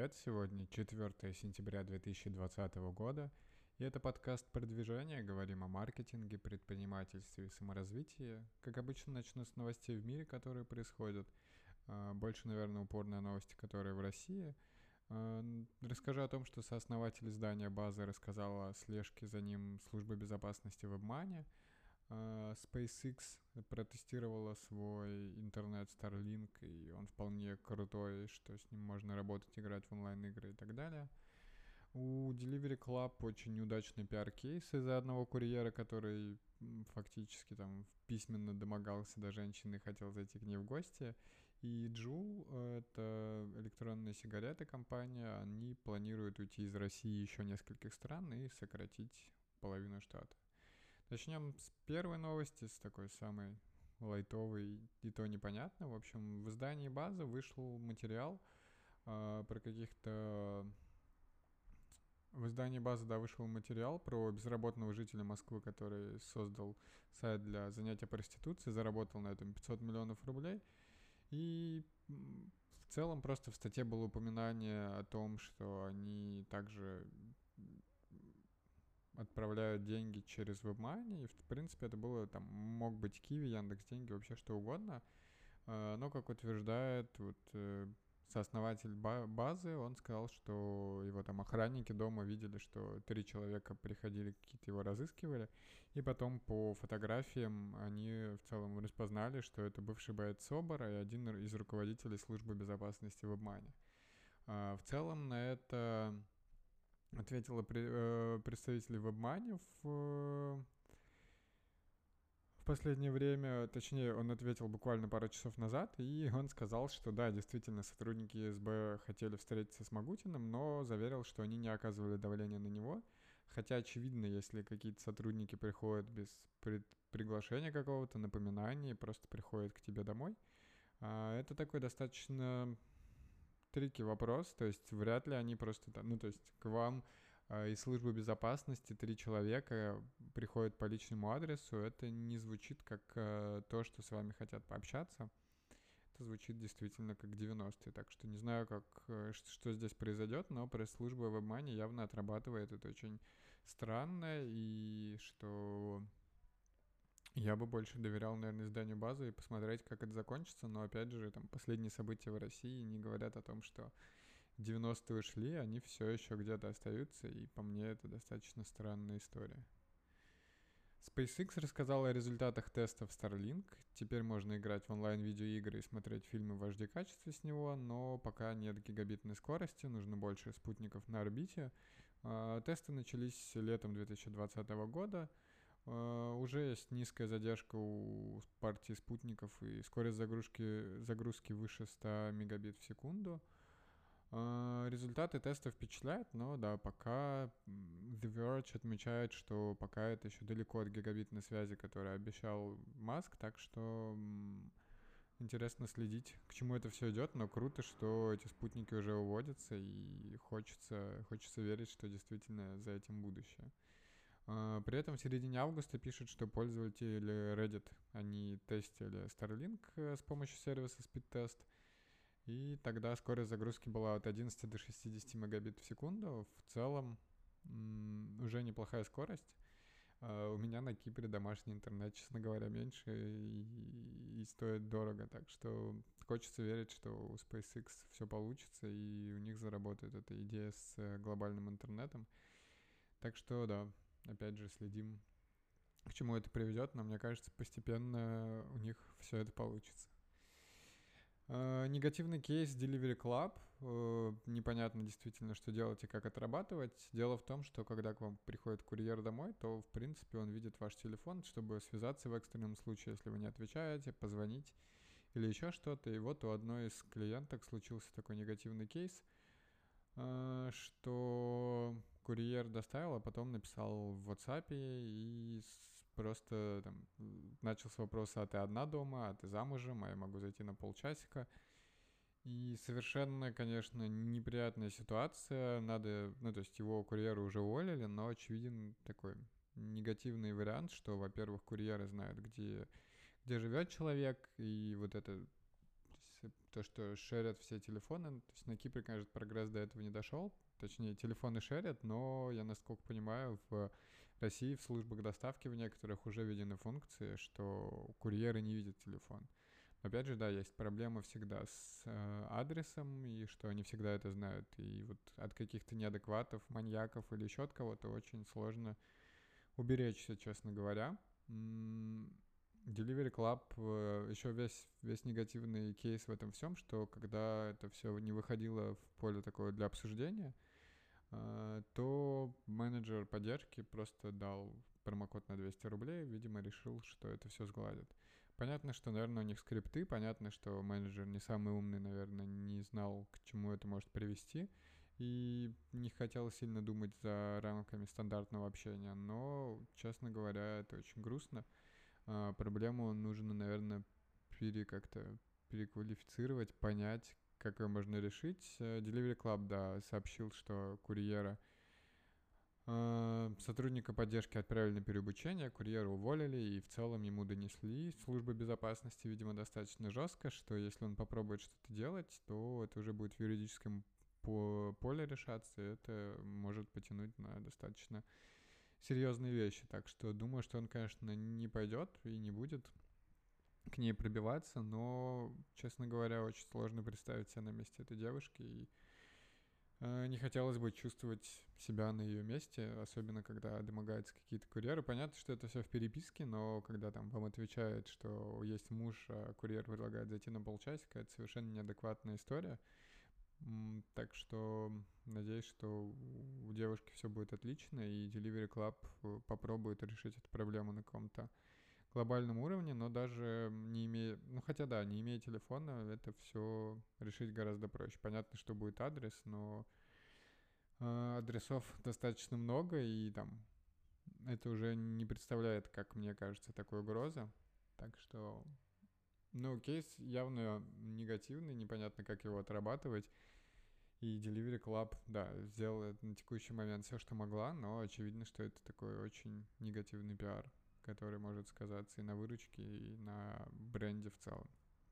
привет! Сегодня 4 сентября 2020 года, и это подкаст «Продвижение». Говорим о маркетинге, предпринимательстве и саморазвитии. Как обычно, начну с новостей в мире, которые происходят. Больше, наверное, упор на новости, которые в России. Расскажу о том, что сооснователь издания «База» рассказал о слежке за ним службы безопасности в обмане. SpaceX протестировала свой интернет Starlink, и он вполне крутой, что с ним можно работать, играть в онлайн-игры и так далее. У Delivery Club очень неудачный пиар-кейс из-за одного курьера, который фактически там письменно домогался до женщины и хотел зайти к ней в гости. И Juul, это электронные сигареты компания, они планируют уйти из России еще нескольких стран и сократить половину штата. Начнем с первой новости, с такой самой лайтовой, и то непонятно. В общем, в издании «База» вышел материал про каких-то... В издании «База», да, вышел материал про безработного жителя Москвы, который создал сайт для занятия проституцией, заработал на этом 500 миллионов рублей. И в целом просто в статье было упоминание о том, что они также отправляют деньги через WebMoney, и в принципе это было, там, мог быть Киви, Яндекс.Деньги, вообще что угодно. Но, как утверждает сооснователь базы, он сказал, что его там охранники дома видели, что 3 человека приходили, какие-то его разыскивали, и потом по фотографиям они в целом распознали, что это бывший боец СОБРа и один из руководителей службы безопасности в обмане. В целом на это ответила представители WebMoney в последнее время, точнее, он ответил буквально пару часов назад, и он сказал, что да, действительно, сотрудники СБ хотели встретиться с Магутиным, но заверил, что они не оказывали давления на него. Хотя, очевидно, если какие-то сотрудники приходят без приглашения какого-то, напоминания, просто приходят к тебе домой, это такой достаточно трики вопрос, то есть вряд ли они просто, ну, то есть к вам из службы безопасности 3 человека приходят по личному адресу, это не звучит как то, что с вами хотят пообщаться. Это звучит действительно как 90-е, так что не знаю, что здесь произойдет, но пресс-служба в обмане явно отрабатывает это очень странно, и что я бы больше доверял, наверное, изданию «Базы» и посмотреть, как это закончится, но опять же, там последние события в России не говорят о том, что 90-е ушли, они все еще где-то остаются, и по мне это достаточно странная история. SpaceX рассказал о результатах тестов Starlink. Теперь можно играть в онлайн-видеоигры и смотреть фильмы в HD-качестве с него, но пока нет гигабитной скорости, нужно больше спутников на орбите. Тесты начались летом 2020 года. Уже есть низкая задержка у партии спутников и скорость загрузки выше 100 мегабит в секунду. Результаты теста впечатляют, но да, пока The Verge отмечает, что пока это еще далеко от гигабитной связи, которую обещал Маск, так что интересно следить, к чему это все идет, но круто, что эти спутники уже уводятся, и хочется верить, что действительно за этим будущее. При этом в середине августа пишут, что пользователи Reddit, они тестили Starlink с помощью сервиса SpeedTest, и тогда скорость загрузки была от 11 до 60 мегабит в секунду. В целом уже неплохая скорость. У меня на Кипре домашний интернет, честно говоря, меньше и стоит дорого. Так что хочется верить, что у SpaceX все получится и у них заработает эта идея с глобальным интернетом. Так что да, опять же следим, к чему это приведет, но мне кажется, постепенно у них все это получится. Негативный кейс Delivery Club. Непонятно действительно, что делать и как отрабатывать. Дело в том, что когда к вам приходит курьер домой, то, в принципе, он видит ваш телефон, чтобы связаться в экстренном случае, если вы не отвечаете, позвонить или еще что-то. И вот у одной из клиенток случился такой негативный кейс, что курьер доставил, а потом написал в WhatsApp и просто там начал с вопроса: а ты одна дома, а ты замужем, а я могу зайти на полчасика. И совершенно, конечно, неприятная ситуация. Ну, то есть его курьеры уже уволили, но очевиден такой негативный вариант, что, во-первых, курьеры знают, где живет человек, и вот это то, что шерят все телефоны. То есть на Кипре, конечно, прогресс до этого не дошел. Точнее, телефоны шерят, но я, насколько понимаю, в России в службах доставки в некоторых уже введены функции, что курьеры не видят телефон. Опять же, да, есть проблема всегда с адресом, и что они всегда это знают. И вот от каких-то неадекватов, маньяков или еще от кого-то очень сложно уберечься, честно говоря. Delivery Club, еще весь негативный кейс в этом всем, что когда это все не выходило в поле такое для обсуждения, то менеджер поддержки просто дал промокод на 200 рублей, видимо, решил, что это все сгладит. Понятно, что, наверное, у них скрипты, понятно, что менеджер не самый умный, наверное, не знал, к чему это может привести, и не хотел сильно думать за рамками стандартного общения, но, честно говоря, это очень грустно. Проблему нужно, наверное, как-то переквалифицировать, понять, как ее можно решить. Delivery Club, да, сообщил, что сотрудника поддержки отправили на переобучение, курьера уволили, и в целом ему донесли службы безопасности, видимо, достаточно жестко, что если он попробует что-то делать, то это уже будет в юридическом поле решаться, и это может потянуть на достаточно серьезные вещи. Так что думаю, что он, конечно, не пойдет и не будет к ней пробиваться, но, честно говоря, очень сложно представить себя на месте этой девушки, и не хотелось бы чувствовать себя на ее месте, особенно когда домогаются какие-то курьеры. Понятно, что это все в переписке, но когда там вам отвечают, что есть муж, а курьер предлагает зайти на полчасика, это совершенно неадекватная история. Так что надеюсь, что у девушки все будет отлично, и Delivery Club попробует решить эту проблему на каком-то глобальном уровне, но даже не имея, ну хотя да, не имея телефона, это все решить гораздо проще. Понятно, что будет адрес, но адресов достаточно много, и там это уже не представляет, как мне кажется, такой угрозы. Так что, ну, кейс явно негативный, непонятно, как его отрабатывать. И Delivery Club, да, сделала на текущий момент все, что могла, но очевидно, что это такой очень негативный пиар, который может сказаться и на выручке, и на бренде в целом.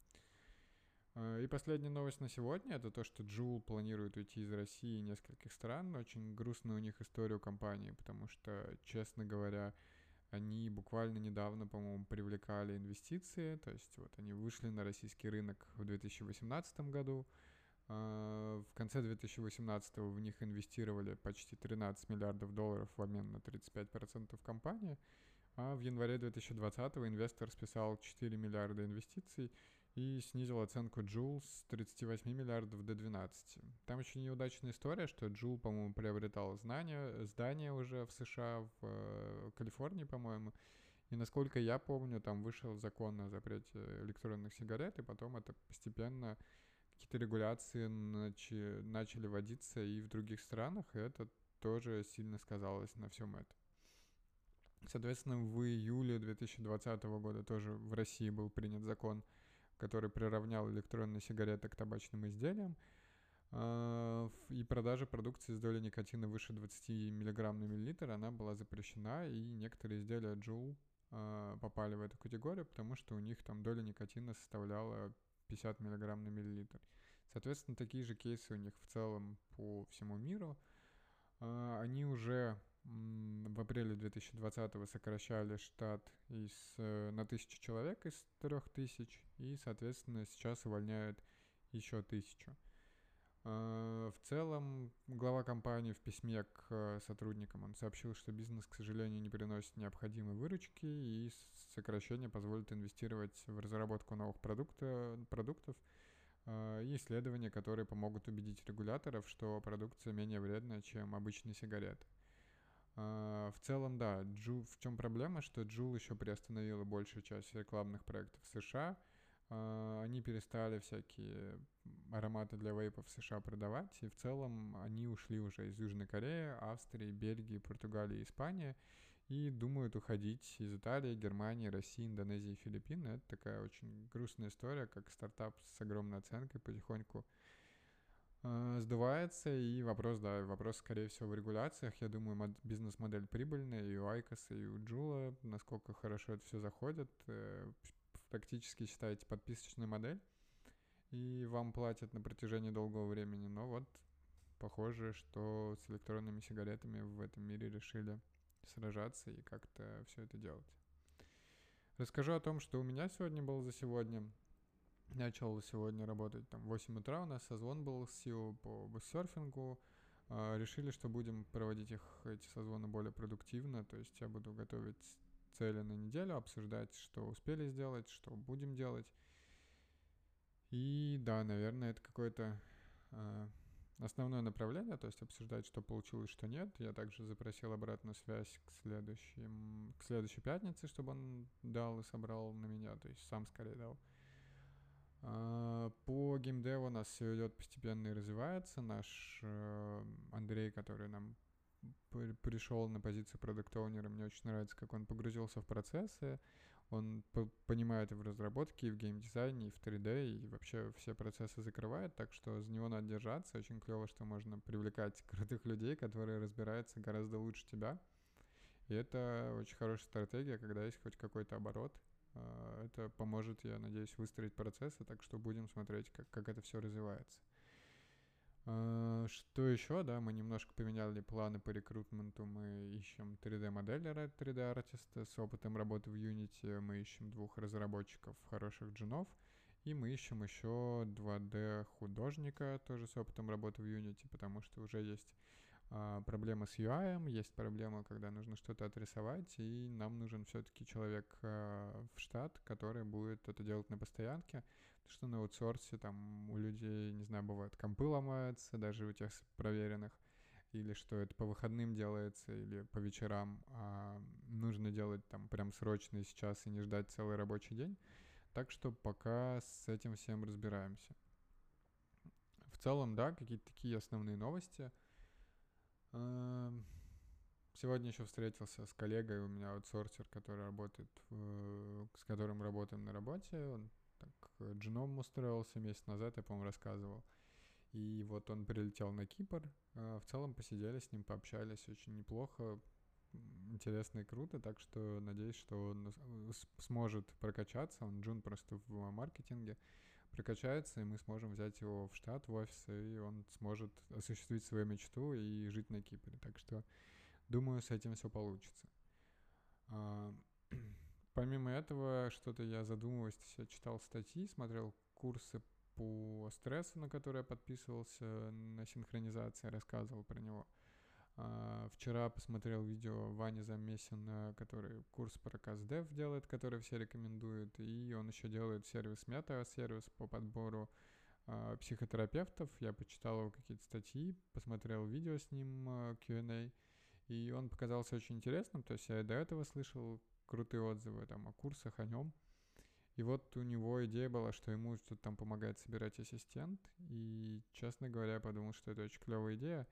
И последняя новость на сегодня — это то, что Joule планирует уйти из России и нескольких стран. Очень грустная у них история у компании, потому что, честно говоря, они буквально недавно, по-моему, привлекали инвестиции, то есть вот они вышли на российский рынок в 2018 году. В конце 2018 в них инвестировали почти 13 миллиардов долларов в обмен на 35% компании, а в январе 2020 инвестор списал 4 миллиарда инвестиций и снизил оценку Joule с 38 миллиардов до 12. Там очень неудачная история, что Joule, по-моему, приобретал здание уже в США, в Калифорнии, по-моему. И насколько я помню, там вышел закон о запрете электронных сигарет, и потом это постепенно какие-то регуляции начали вводиться и в других странах, и это тоже сильно сказалось на всем этом. Соответственно, в июле 2020 года тоже в России был принят закон, который приравнял электронные сигареты к табачным изделиям, и продажа продукции с долей никотина выше 20 мг на миллилитр, она была запрещена, и некоторые изделия Joule попали в эту категорию, потому что у них там доля никотина составляла 50 мг на миллилитр. Соответственно, такие же кейсы у них в целом по всему миру. Они уже в апреле 2020 сокращали штат на 1000 человек из 3000, и, соответственно, сейчас увольняют еще 1000. В целом, глава компании в письме к сотрудникам он сообщил, что бизнес, к сожалению, не приносит необходимой выручки, и сокращение позволит инвестировать в разработку новых продуктов и исследования, которые помогут убедить регуляторов, что продукция менее вредная, чем обычные сигареты. В целом, да, в чем проблема, что Juul еще приостановила большую часть рекламных проектов в США. Они перестали всякие ароматы для вейпов в США продавать, и в целом они ушли уже из Южной Кореи, Австрии, Бельгии, Португалии, Испании, и думают уходить из Италии, Германии, России, Индонезии, Филиппин. Это такая очень грустная история, как стартап с огромной оценкой потихоньку сдувается, и вопрос, скорее всего, в регуляциях. Я думаю, бизнес-модель прибыльная и у Айкоса, и у Джула, насколько хорошо это все заходит. Практически, считаете, подписочная модель. и вам платят на протяжении долгого времени. Но вот похоже, что с электронными сигаретами в этом мире решили сражаться и как-то все это делать. Расскажу о том, что у меня сегодня было за сегодня. Начал сегодня работать там в 8 утра, у нас созвон был с SEO по серфингу. Решили, что будем проводить эти созвоны более продуктивно, то есть я буду готовить цели на неделю, обсуждать, что успели сделать, что будем делать. И да, наверное, это какое-то основное направление, то есть обсуждать, что получилось, что нет. Я также запросил обратную связь к следующей пятнице, чтобы он дал и собрал на меня, то есть сам скорее дал. По геймдеву у нас все идет постепенно и развивается. Наш Андрей, который нам пришел на позицию продукт-оунера, мне очень нравится, как он погрузился в процессы. Он понимает и в разработке, и в геймдизайне, и в 3D, и вообще все процессы закрывает, так что за него надо держаться. Очень клево, что можно привлекать крутых людей, которые разбираются гораздо лучше тебя. И это очень хорошая стратегия, когда есть хоть какой-то оборот. Это поможет, я надеюсь, выстроить процессы, так что будем смотреть, как это все развивается. Что еще, да, мы немножко поменяли планы по рекрутменту, мы ищем 3D-моделера, 3D-артиста с опытом работы в Unity, мы ищем 2 разработчиков хороших джунов, и мы ищем еще 2D-художника, тоже с опытом работы в Unity, потому что уже есть проблема с UI, есть проблема, когда нужно что-то отрисовать, и нам нужен все-таки человек в штат, который будет это делать на постоянке, потому что на аутсорсе там у людей, не знаю, бывает компы ломаются, даже у тех проверенных, или что это по выходным делается, или по вечерам, нужно делать там прям срочно и сейчас, и не ждать целый рабочий день. Так что пока с этим всем разбираемся. В целом, да, какие-то такие основные новости. Сегодня еще встретился с коллегой, у меня аутсорсер, который работает, с которым работаем на работе. Он так джуном устроился месяц назад, я, по-моему, рассказывал. И вот он прилетел на Кипр. В целом посидели с ним, пообщались очень неплохо, интересно и круто, так что надеюсь, что он сможет прокачаться. Он джун просто в маркетинге. Прокачается, и мы сможем взять его в штат, в офис, и он сможет осуществить свою мечту и жить на Кипре. Так что думаю, с этим все получится. Помимо этого, что-то я задумываюсь, я читал статьи, смотрел курсы по стрессу, на которые я подписывался, на синхронизации, рассказывал про него. Вчера посмотрел видео Вани Замесина, который курс про CastDev делает, который все рекомендуют, и он еще делает сервис Meta, сервис по подбору психотерапевтов. Я почитал его какие-то статьи, посмотрел видео с ним, Q&A, и он показался очень интересным, то есть я и до этого слышал крутые отзывы там о курсах, о нем. И вот у него идея была, что ему что-то там помогает собирать ассистент, и, честно говоря, я подумал, что это очень клевая идея.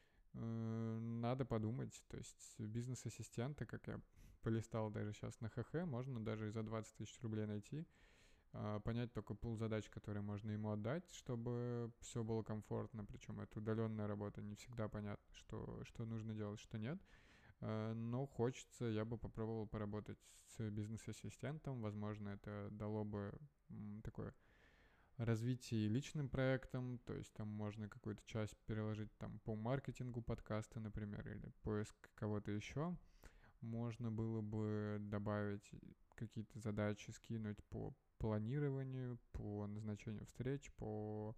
Надо подумать, то есть бизнес-ассистента, как я полистал даже сейчас на ХХ, можно даже и за 20 тысяч рублей найти. Понять только пул задач, которые можно ему отдать, чтобы все было комфортно, причем это удаленная работа, не всегда понятно, что нужно делать, что нет. Но хочется, я бы попробовал поработать с бизнес-ассистентом, возможно, это дало бы такое развитие личным проектом, то есть там можно какую-то часть переложить там по маркетингу подкаста, например, или поиск кого-то еще. Можно было бы добавить какие-то задачи, скинуть по планированию, по назначению встреч, по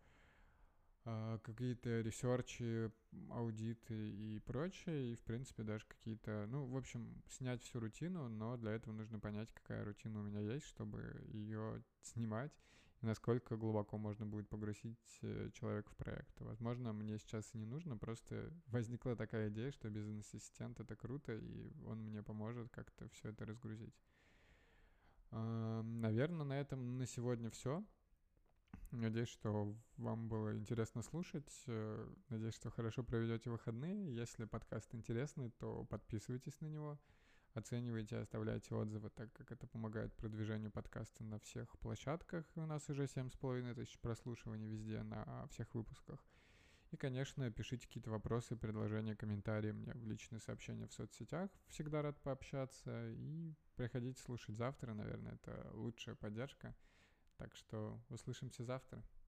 какие-то ресерчи, аудиты и прочее, и, в принципе, даже какие-то, ну, в общем, снять всю рутину, но для этого нужно понять, какая рутина у меня есть, чтобы ее снимать, и насколько глубоко можно будет погрузить человека в проект. Возможно, мне сейчас и не нужно, просто возникла такая идея, что бизнес-ассистент — это круто, и он мне поможет как-то все это разгрузить. Наверное, на этом на сегодня все. Надеюсь, что вам было интересно слушать. Надеюсь, что хорошо проведете выходные. Если подкаст интересный, то подписывайтесь на него, оценивайте, оставляйте отзывы, так как это помогает продвижению подкаста на всех площадках. У нас уже 7500 прослушиваний везде на всех выпусках. И, конечно, пишите какие-то вопросы, предложения, комментарии мне в личные сообщения в соцсетях. Всегда рад пообщаться. И приходите слушать завтра, наверное, это лучшая поддержка. Так что услышимся завтра.